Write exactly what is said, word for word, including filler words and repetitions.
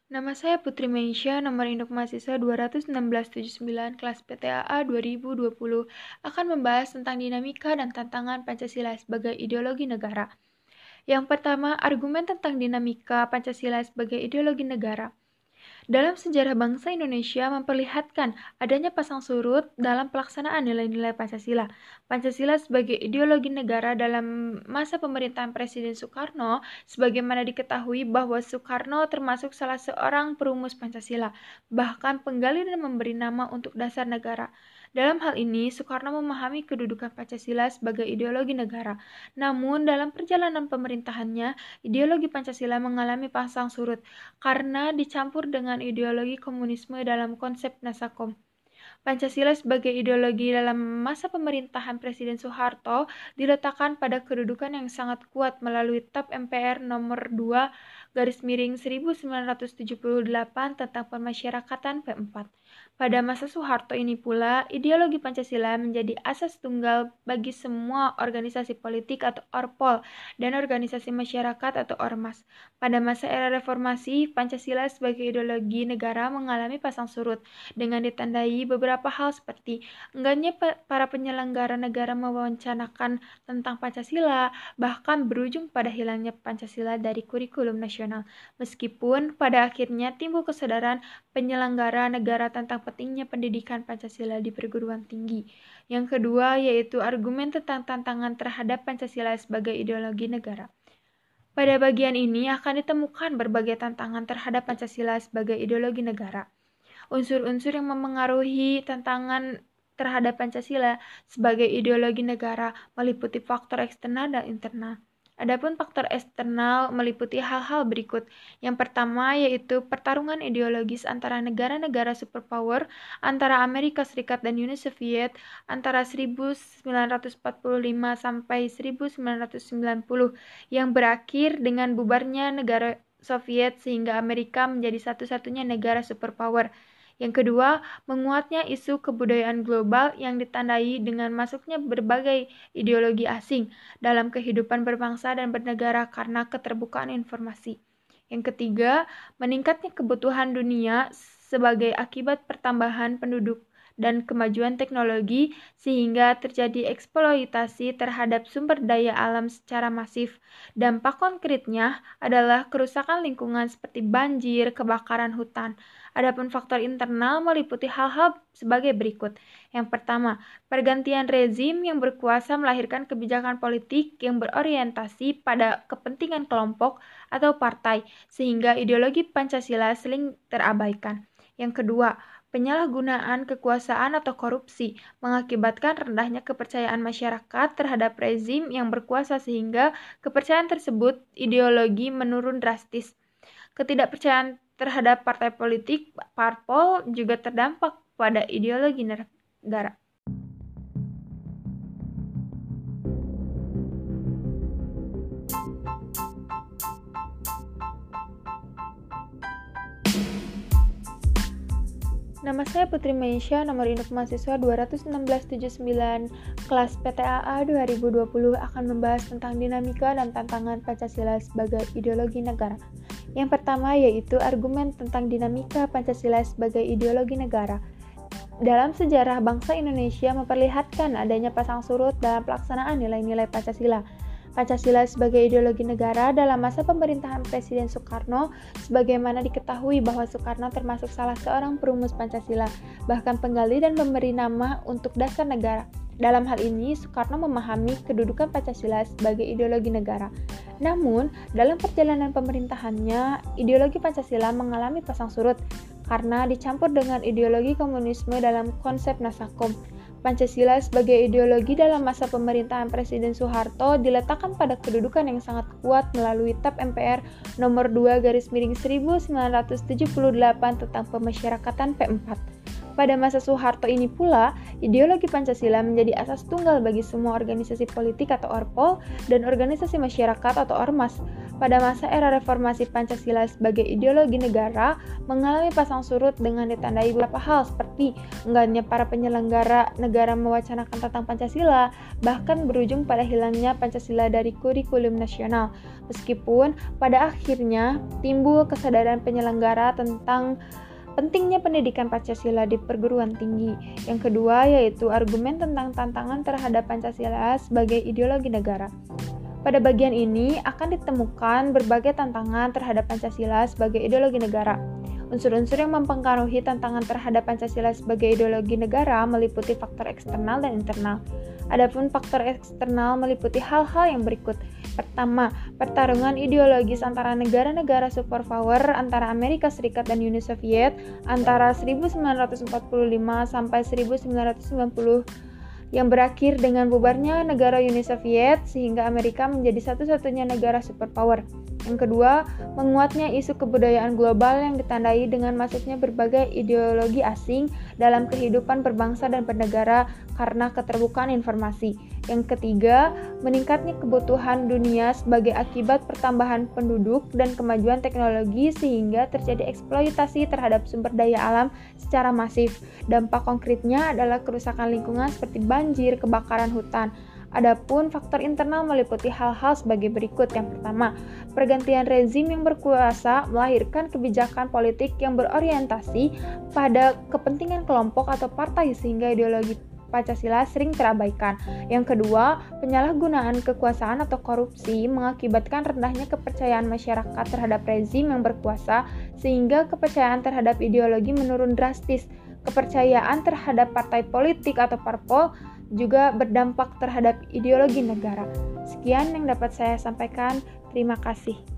Nama saya Putri Meisya, nomor induk mahasiswa dua satu enam tujuh sembilan, kelas P T A A dua ribu dua puluh, akan membahas tentang dinamika dan tantangan Pancasila sebagai ideologi negara. Yang pertama, argumen tentang dinamika Pancasila sebagai ideologi negara. Dalam sejarah bangsa Indonesia memperlihatkan adanya pasang surut dalam pelaksanaan nilai-nilai Pancasila. Pancasila sebagai ideologi negara dalam masa pemerintahan Presiden Soekarno, sebagaimana diketahui bahwa Soekarno termasuk salah seorang perumus Pancasila, bahkan penggali dan memberi nama untuk dasar negara. Dalam hal ini, Soekarno memahami kedudukan Pancasila sebagai ideologi negara. Namun, dalam perjalanan pemerintahannya, ideologi Pancasila mengalami pasang surut karena dicampur dengan ideologi komunisme dalam konsep Nasakom. Pancasila sebagai ideologi dalam masa pemerintahan Presiden Soeharto diletakkan pada kedudukan yang sangat kuat melalui T A P M P R nomor dua garis miring seribu sembilan ratus tujuh puluh delapan tentang pemasyarakatan P empat. Pada masa Soeharto ini pula, ideologi Pancasila menjadi asas tunggal bagi semua organisasi politik atau Orpol dan organisasi masyarakat atau Ormas. Pada masa era reformasi, Pancasila sebagai ideologi negara mengalami pasang surut dengan ditandai beberapa hal seperti enggannya para penyelenggara negara mewacanakan tentang Pancasila, bahkan berujung pada hilangnya Pancasila dari kurikulum nasional. Meskipun pada akhirnya timbul kesadaran penyelenggara negara tentang pentingnya pendidikan Pancasila di perguruan tinggi. Yang kedua yaitu argumen tentang tantangan terhadap Pancasila sebagai ideologi negara. Pada bagian ini akan ditemukan berbagai tantangan terhadap Pancasila sebagai ideologi negara. Unsur-unsur yang memengaruhi tantangan terhadap Pancasila sebagai ideologi negara meliputi faktor eksternal dan internal. Adapun faktor eksternal meliputi hal-hal berikut. Yang pertama yaitu pertarungan ideologis antara negara-negara superpower, antara Amerika Serikat dan Uni Soviet, antara seribu sembilan ratus empat puluh lima sampai seribu sembilan ratus sembilan puluh, yang berakhir dengan bubarnya negara Soviet sehingga Amerika menjadi satu-satunya negara superpower. Yang kedua, menguatnya isu kebudayaan global yang ditandai dengan masuknya berbagai ideologi asing dalam kehidupan berbangsa dan bernegara karena keterbukaan informasi. Yang ketiga, meningkatnya kebutuhan dunia sebagai akibat pertambahan penduduk dan kemajuan teknologi sehingga terjadi eksploitasi terhadap sumber daya alam secara masif. Dampak konkretnya adalah kerusakan lingkungan seperti banjir, kebakaran hutan. Adapun faktor internal meliputi hal-hal sebagai berikut. Yang pertama, pergantian rezim yang berkuasa melahirkan kebijakan politik yang berorientasi pada kepentingan kelompok atau partai, sehingga ideologi Pancasila sering terabaikan. Yang kedua, penyalahgunaan kekuasaan atau korupsi mengakibatkan rendahnya kepercayaan masyarakat terhadap rezim yang berkuasa sehingga kepercayaan tersebut ideologi menurun drastis. Ketidakpercayaan terhadap partai politik, parpol, juga terdampak pada ideologi negara. Nama saya Putri Meisya, nomor induk mahasiswa dua satu enam tujuh sembilan, kelas P T A A dua ribu dua puluh akan membahas tentang dinamika dan tantangan Pancasila sebagai ideologi negara. Yang pertama yaitu argumen tentang dinamika Pancasila sebagai ideologi negara. Dalam sejarah bangsa Indonesia memperlihatkan adanya pasang surut dalam pelaksanaan nilai-nilai Pancasila. Pancasila sebagai ideologi negara dalam masa pemerintahan Presiden Soekarno, sebagaimana diketahui bahwa Soekarno termasuk salah seorang perumus Pancasila, bahkan penggali dan memberi nama untuk dasar negara. Dalam hal ini, Soekarno memahami kedudukan Pancasila sebagai ideologi negara. Namun, dalam perjalanan pemerintahannya, ideologi Pancasila mengalami pasang surut karena dicampur dengan ideologi komunisme dalam konsep Nasakom. Pancasila sebagai ideologi dalam masa pemerintahan Presiden Soeharto diletakkan pada kedudukan yang sangat kuat melalui T A P M P R nomor dua garis miring seribu sembilan ratus tujuh puluh delapan tentang pemasyarakatan P empat. Pada masa Soeharto ini pula, ideologi Pancasila menjadi asas tunggal bagi semua organisasi politik atau Orpol dan organisasi masyarakat atau Ormas. pada masa era reformasi Pancasila sebagai ideologi negara mengalami pasang surut dengan ditandai beberapa hal seperti enggannya para penyelenggara negara mewacanakan tentang Pancasila, bahkan berujung pada hilangnya Pancasila dari kurikulum nasional. Meskipun pada akhirnya timbul kesadaran penyelenggara tentang pentingnya pendidikan Pancasila di perguruan tinggi. Yang kedua yaitu argumen tentang tantangan terhadap Pancasila sebagai ideologi negara. Pada bagian ini akan ditemukan berbagai tantangan terhadap Pancasila sebagai ideologi negara. Unsur-unsur yang mempengaruhi tantangan terhadap Pancasila sebagai ideologi negara meliputi faktor eksternal dan internal. Adapun faktor eksternal meliputi hal-hal yang berikut. Pertama, pertarungan ideologis antara negara-negara superpower antara Amerika Serikat dan Uni Soviet antara seribu sembilan ratus empat puluh lima sampai seribu sembilan ratus sembilan puluh yang berakhir dengan bubarnya negara Uni Soviet sehingga Amerika menjadi satu-satunya negara superpower. Yang kedua, menguatnya isu kebudayaan global yang ditandai dengan masuknya berbagai ideologi asing dalam kehidupan berbangsa dan bernegara karena keterbukaan informasi. Yang ketiga, meningkatnya kebutuhan dunia sebagai akibat pertambahan penduduk dan kemajuan teknologi sehingga terjadi eksploitasi terhadap sumber daya alam secara masif. Dampak konkretnya adalah kerusakan lingkungan seperti banjir, kebakaran hutan. Adapun faktor internal meliputi hal-hal sebagai berikut. Yang pertama, pergantian rezim yang berkuasa melahirkan kebijakan politik yang berorientasi pada kepentingan kelompok atau partai sehingga ideologi Pancasila sering terabaikan. Yang kedua, penyalahgunaan kekuasaan atau korupsi mengakibatkan rendahnya kepercayaan masyarakat terhadap rezim yang berkuasa sehingga kepercayaan terhadap ideologi menurun drastis. Kepercayaan terhadap partai politik atau parpol juga berdampak terhadap ideologi negara. Sekian yang dapat saya sampaikan. Terima kasih.